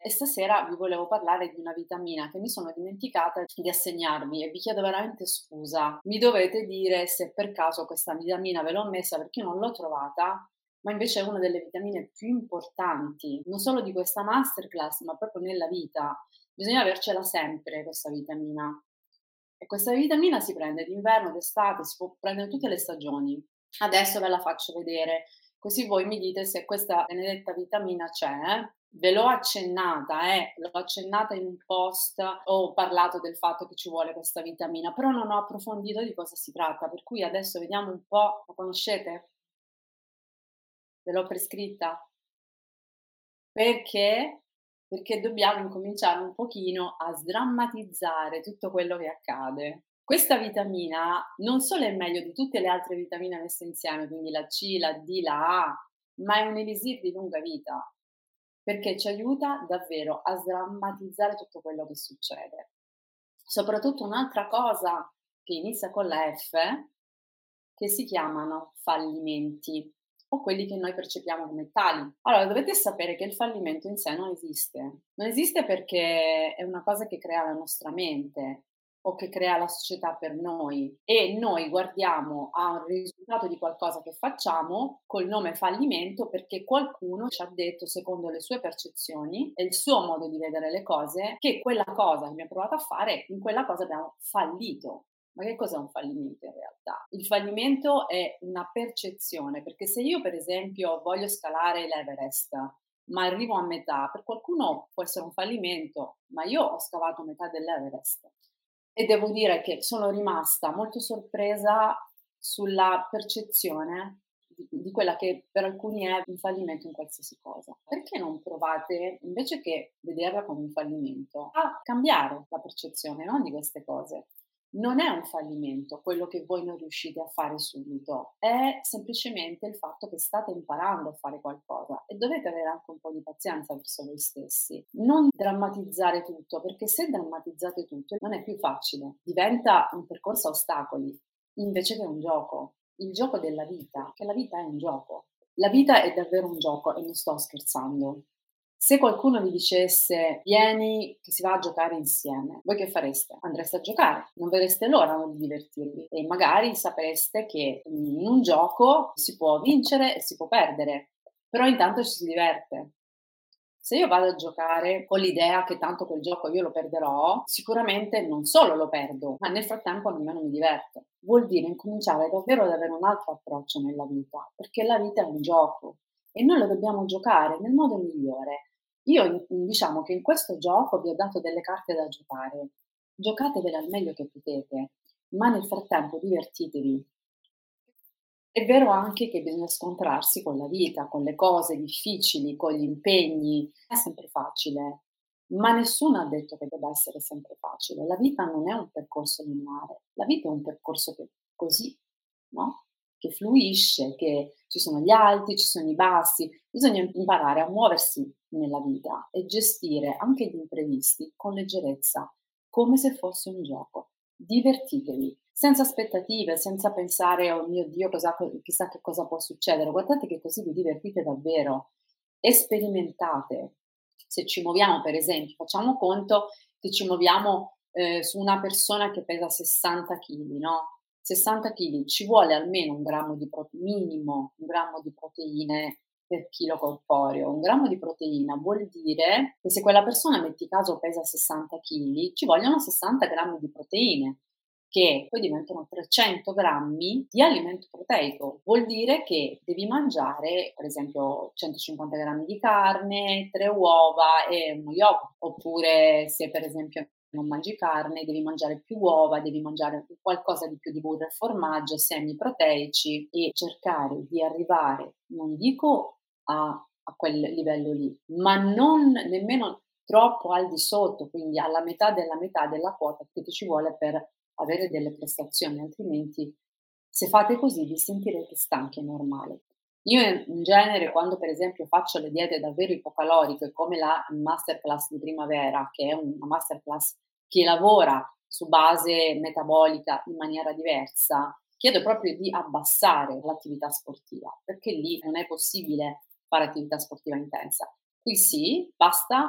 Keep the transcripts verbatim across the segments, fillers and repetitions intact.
E stasera vi volevo parlare di una vitamina che mi sono dimenticata di assegnarvi e vi chiedo veramente scusa. Mi dovete dire se per caso questa vitamina ve l'ho messa perché io non l'ho trovata, ma invece è una delle vitamine più importanti, non solo di questa masterclass, ma proprio nella vita. Bisogna avercela sempre questa vitamina. E questa vitamina si prende d'inverno, d'estate, si può prendere tutte le stagioni. Adesso ve la faccio vedere, così voi mi dite se questa benedetta vitamina c'è. Ve l'ho accennata, eh, l'ho accennata in un post, ho parlato del fatto che ci vuole questa vitamina, però non ho approfondito di cosa si tratta, per cui adesso vediamo un po', la conoscete? Ve l'ho prescritta? Perché? Perché dobbiamo incominciare un pochino a sdrammatizzare tutto quello che accade. Questa vitamina non solo è meglio di tutte le altre vitamine messe insieme, quindi la C, la D, la A, ma è un elisir di lunga vita, perché ci aiuta davvero a sdrammatizzare tutto quello che succede. Soprattutto un'altra cosa che inizia con la F, che si chiamano fallimenti o quelli che noi percepiamo come tali. Allora, dovete sapere che il fallimento in sé non esiste. Non esiste perché è una cosa che crea la nostra mente o che crea la società per noi e noi guardiamo a un risultato di qualcosa che facciamo col nome fallimento perché qualcuno ci ha detto, secondo le sue percezioni e il suo modo di vedere le cose, che quella cosa che abbiamo provato a fare, in quella cosa abbiamo fallito. Ma che cos'è un fallimento in realtà? Il fallimento è una percezione, perché se io per esempio voglio scalare l'Everest, ma arrivo a metà, per qualcuno può essere un fallimento, ma io ho scavato metà dell'Everest e devo dire che sono rimasta molto sorpresa sulla percezione di, di quella che per alcuni è un fallimento in qualsiasi cosa. Perché non provate, invece che vederla come un fallimento, a cambiare la percezione, no, di queste cose? Non è un fallimento quello che voi non riuscite a fare subito, è semplicemente il fatto che state imparando a fare qualcosa e dovete avere anche un po' di pazienza verso voi stessi. Non drammatizzare tutto, perché se drammatizzate tutto non è più facile, diventa un percorso a ostacoli invece che un gioco. Il gioco della vita, che la vita è un gioco. La vita è davvero un gioco e non sto scherzando. Se qualcuno vi dicesse vieni che si va a giocare insieme, voi che fareste? Andreste a giocare, non vedreste l'ora di divertirvi e magari sapreste che in un gioco si può vincere e si può perdere, però intanto ci si diverte. Se io vado a giocare con l'idea che tanto quel gioco io lo perderò, sicuramente non solo lo perdo, ma nel frattempo nemmeno mi diverto. Vuol dire incominciare davvero ad avere un altro approccio nella vita, perché la vita è un gioco e noi lo dobbiamo giocare nel modo migliore. Io diciamo che in questo gioco vi ho dato delle carte da giocare, giocatevele al meglio che potete, ma nel frattempo divertitevi. È vero anche che bisogna scontrarsi con la vita, con le cose difficili, con gli impegni. Non è sempre facile, ma nessuno ha detto che debba essere sempre facile. La vita non è un percorso lineare, la vita è un percorso che così, no? Che fluisce, che ci sono gli alti, ci sono i bassi. Bisogna imparare a muoversi nella vita e gestire anche gli imprevisti con leggerezza, come se fosse un gioco. Divertitevi, senza aspettative, senza pensare: "Oh mio Dio, cosa chissà che cosa può succedere". Guardate che così vi divertite davvero e sperimentate. Se ci muoviamo, per esempio, facciamo conto che ci muoviamo, ehm, su una persona che pesa sessanta chili, no, sessanta chili, ci vuole almeno un grammo di pro minimo un grammo di proteine per chilo corporeo. Un grammo di proteina vuol dire che se quella persona, metti caso, pesa sessanta chili, ci vogliono sessanta grammi di proteine, che poi diventano trecento grammi di alimento proteico. Vuol dire che devi mangiare, per esempio, centocinquanta grammi di carne, tre uova e uno yogurt. Oppure se per esempio non mangi carne, devi mangiare più uova, devi mangiare qualcosa di più di burro e formaggio, semi proteici e cercare di arrivare, non dico a, a quel livello lì, ma non nemmeno troppo al di sotto, quindi alla metà della metà della quota che ti ci vuole per avere delle prestazioni, altrimenti se fate così vi sentirete stanchi, è normale. Io in genere quando per esempio faccio le diete davvero ipocaloriche come la masterclass di primavera, che è una masterclass che lavora su base metabolica in maniera diversa, chiedo proprio di abbassare l'attività sportiva, perché lì non è possibile fare attività sportiva intensa. Qui sì, basta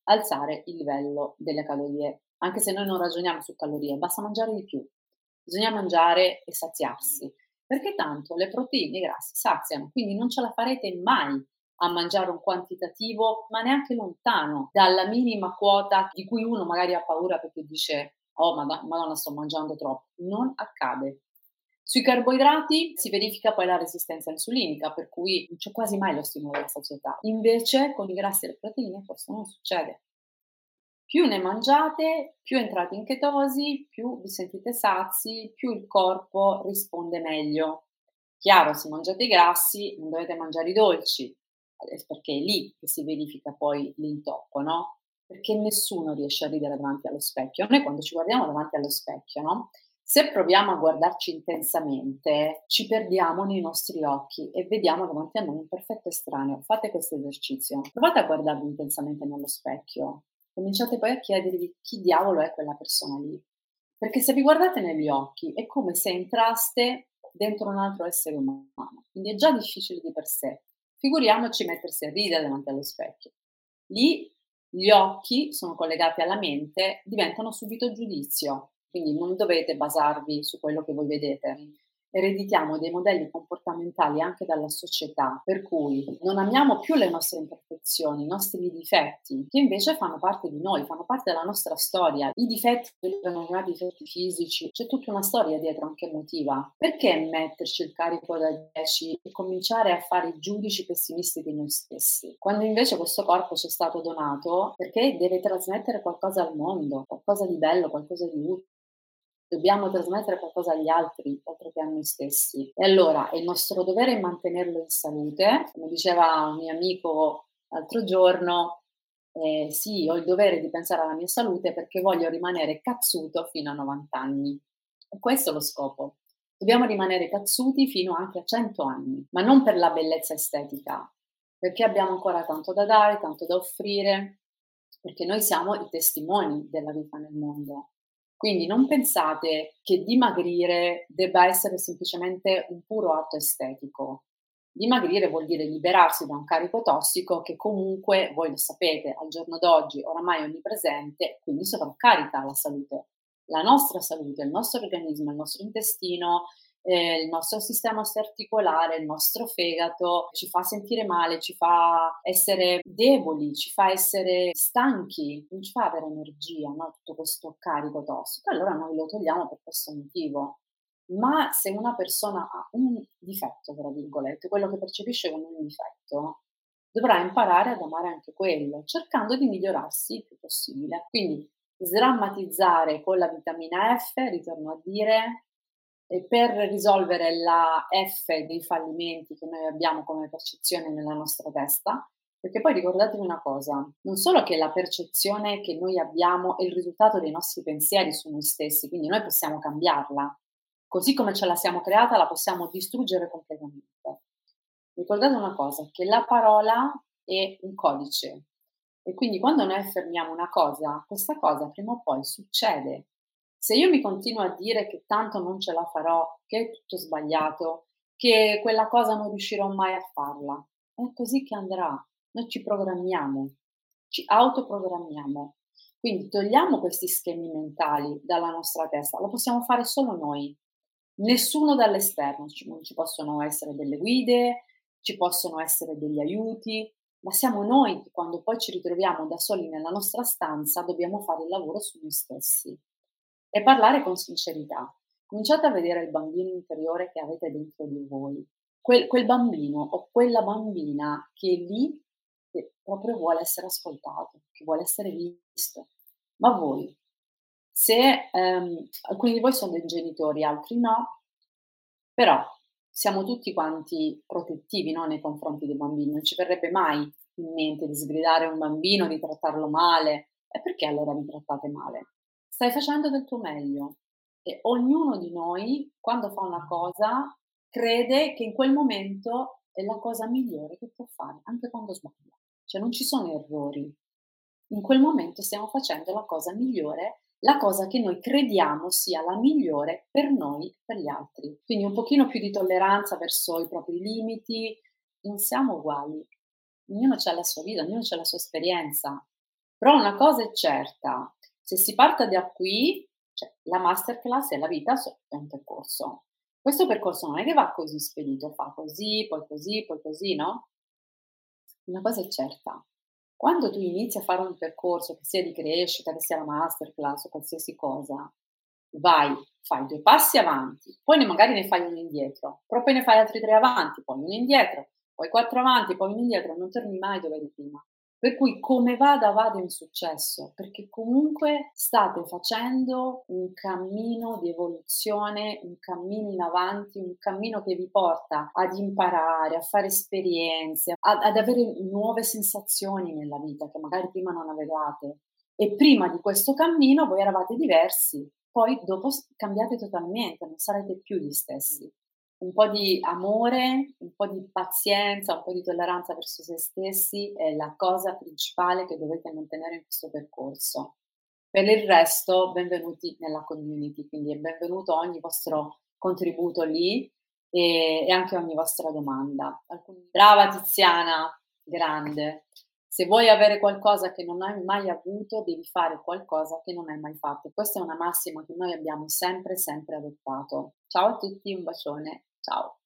alzare il livello delle calorie. Anche se noi non ragioniamo su calorie, basta mangiare di più. Bisogna mangiare e saziarsi, perché tanto le proteine e i grassi saziano, quindi non ce la farete mai a mangiare un quantitativo, ma neanche lontano dalla minima quota di cui uno magari ha paura perché dice: "Oh mada madonna sto mangiando troppo." Non accade. Sui carboidrati si verifica poi la resistenza insulinica, per cui non c'è quasi mai lo stimolo della sazietà. Invece con i grassi e le proteine questo non succede. Più ne mangiate, più entrate in chetosi, più vi sentite sazi, più il corpo risponde meglio. Chiaro, se mangiate i grassi non dovete mangiare i dolci, eh, perché è lì che si verifica poi l'intoppo, no, perché nessuno riesce a ridere davanti allo specchio. Noi quando ci guardiamo davanti allo specchio, no, se proviamo a guardarci intensamente, ci perdiamo nei nostri occhi e vediamo davanti a noi un perfetto estraneo. Fate questo esercizio. Provate a guardarvi intensamente nello specchio. Cominciate poi a chiedervi chi diavolo è quella persona lì. Perché se vi guardate negli occhi è come se entraste dentro un altro essere umano, quindi è già difficile di per sé. Figuriamoci mettersi a ridere davanti allo specchio. Lì gli occhi sono collegati alla mente, diventano subito giudizio, quindi non dovete basarvi su quello che voi vedete. Ereditiamo dei modelli comportamentali anche dalla società, per cui non amiamo più le nostre imperfezioni, i nostri difetti, che invece fanno parte di noi, fanno parte della nostra storia. I difetti, quelli che vengono chiamati difetti fisici, c'è tutta una storia dietro anche emotiva. Perché metterci il carico da dieci e cominciare a fare i giudici pessimisti di noi stessi? Quando invece questo corpo ci è stato donato perché deve trasmettere qualcosa al mondo, qualcosa di bello, qualcosa di utile. Dobbiamo trasmettere qualcosa agli altri, oltre che a noi stessi. E allora è il nostro dovere mantenerlo in salute. Come diceva un mio amico l'altro giorno, eh, sì, ho il dovere di pensare alla mia salute perché voglio rimanere cazzuto fino a novanta anni. E questo è lo scopo. Dobbiamo rimanere cazzuti fino anche a cento anni, ma non per la bellezza estetica, perché abbiamo ancora tanto da dare, tanto da offrire, perché noi siamo i testimoni della vita nel mondo. Quindi non pensate che dimagrire debba essere semplicemente un puro atto estetico. Dimagrire vuol dire liberarsi da un carico tossico che comunque, voi lo sapete, al giorno d'oggi oramai è onnipresente, quindi sovraccarica la salute. La nostra salute, il nostro organismo, il nostro intestino, eh, il nostro sistema osteoarticolare, il nostro fegato, ci fa sentire male, ci fa essere deboli, ci fa essere stanchi, non ci fa avere energia, no? Tutto questo carico tossico. Allora noi lo togliamo per questo motivo. Ma se una persona ha un difetto, tra virgolette, quello che percepisce come un difetto, dovrà imparare ad amare anche quello, cercando di migliorarsi il più possibile. Quindi sdrammatizzare con la vitamina F, ritorno a dire, e per risolvere la F dei fallimenti che noi abbiamo come percezione nella nostra testa, perché poi ricordatevi una cosa, non solo che la percezione che noi abbiamo è il risultato dei nostri pensieri su noi stessi, quindi noi possiamo cambiarla, così come ce la siamo creata la possiamo distruggere completamente. Ricordate una cosa, che la parola è un codice e quindi quando noi affermiamo una cosa, questa cosa prima o poi succede. Se io mi continuo a dire che tanto non ce la farò, che è tutto sbagliato, che quella cosa non riuscirò mai a farla, è così che andrà. Noi ci programmiamo, ci autoprogrammiamo. Quindi togliamo questi schemi mentali dalla nostra testa, lo possiamo fare solo noi, nessuno dall'esterno, ci- non ci possono essere delle guide, ci possono essere degli aiuti, ma siamo noi che quando poi ci ritroviamo da soli nella nostra stanza dobbiamo fare il lavoro su noi stessi e parlare con sincerità. Cominciate a vedere il bambino interiore che avete dentro di voi, quel, quel bambino o quella bambina che è lì, che proprio vuole essere ascoltato, che vuole essere visto. Ma voi, se ehm, alcuni di voi sono dei genitori, altri no, però siamo tutti quanti protettivi, no, nei confronti dei bambini, non ci verrebbe mai in mente di sgridare un bambino, di trattarlo male. E perché allora vi trattate male? Stai facendo del tuo meglio e ognuno di noi, quando fa una cosa, crede che in quel momento è la cosa migliore che può fare, anche quando sbaglia. Cioè non ci sono errori. In quel momento stiamo facendo la cosa migliore, la cosa che noi crediamo sia la migliore per noi e per gli altri. Quindi un pochino più di tolleranza verso i propri limiti, non siamo uguali, ognuno ha la sua vita, ognuno ha la sua esperienza. Però una cosa è certa, se si parte da qui, cioè la masterclass e la vita so è un percorso. Questo percorso non è che va così spedito, fa così, poi così, poi così, no? Una cosa è certa, quando tu inizi a fare un percorso, che sia di crescita, che sia la masterclass o qualsiasi cosa, vai, fai due passi avanti, poi ne magari ne fai uno indietro, però poi ne fai altri tre avanti, poi uno indietro, poi quattro avanti, poi uno indietro, non torni mai dove eri prima. Per cui come vada, vada in successo, perché comunque state facendo un cammino di evoluzione, un cammino in avanti, un cammino che vi porta ad imparare, a fare esperienze, ad ad avere nuove sensazioni nella vita che magari prima non avevate. E prima di questo cammino voi eravate diversi, poi dopo s cambiate totalmente, non sarete più gli stessi. Un po' di amore, un po' di pazienza, un po' di tolleranza verso se stessi è la cosa principale che dovete mantenere in questo percorso. Per il resto, benvenuti nella community, quindi è benvenuto ogni vostro contributo lì e e anche ogni vostra domanda. Alcun brava Tiziana, grande. Se vuoi avere qualcosa che non hai mai avuto, devi fare qualcosa che non hai mai fatto. Questa è una massima che noi abbiamo sempre, sempre adottato. Ciao a tutti, un bacione. Ciao.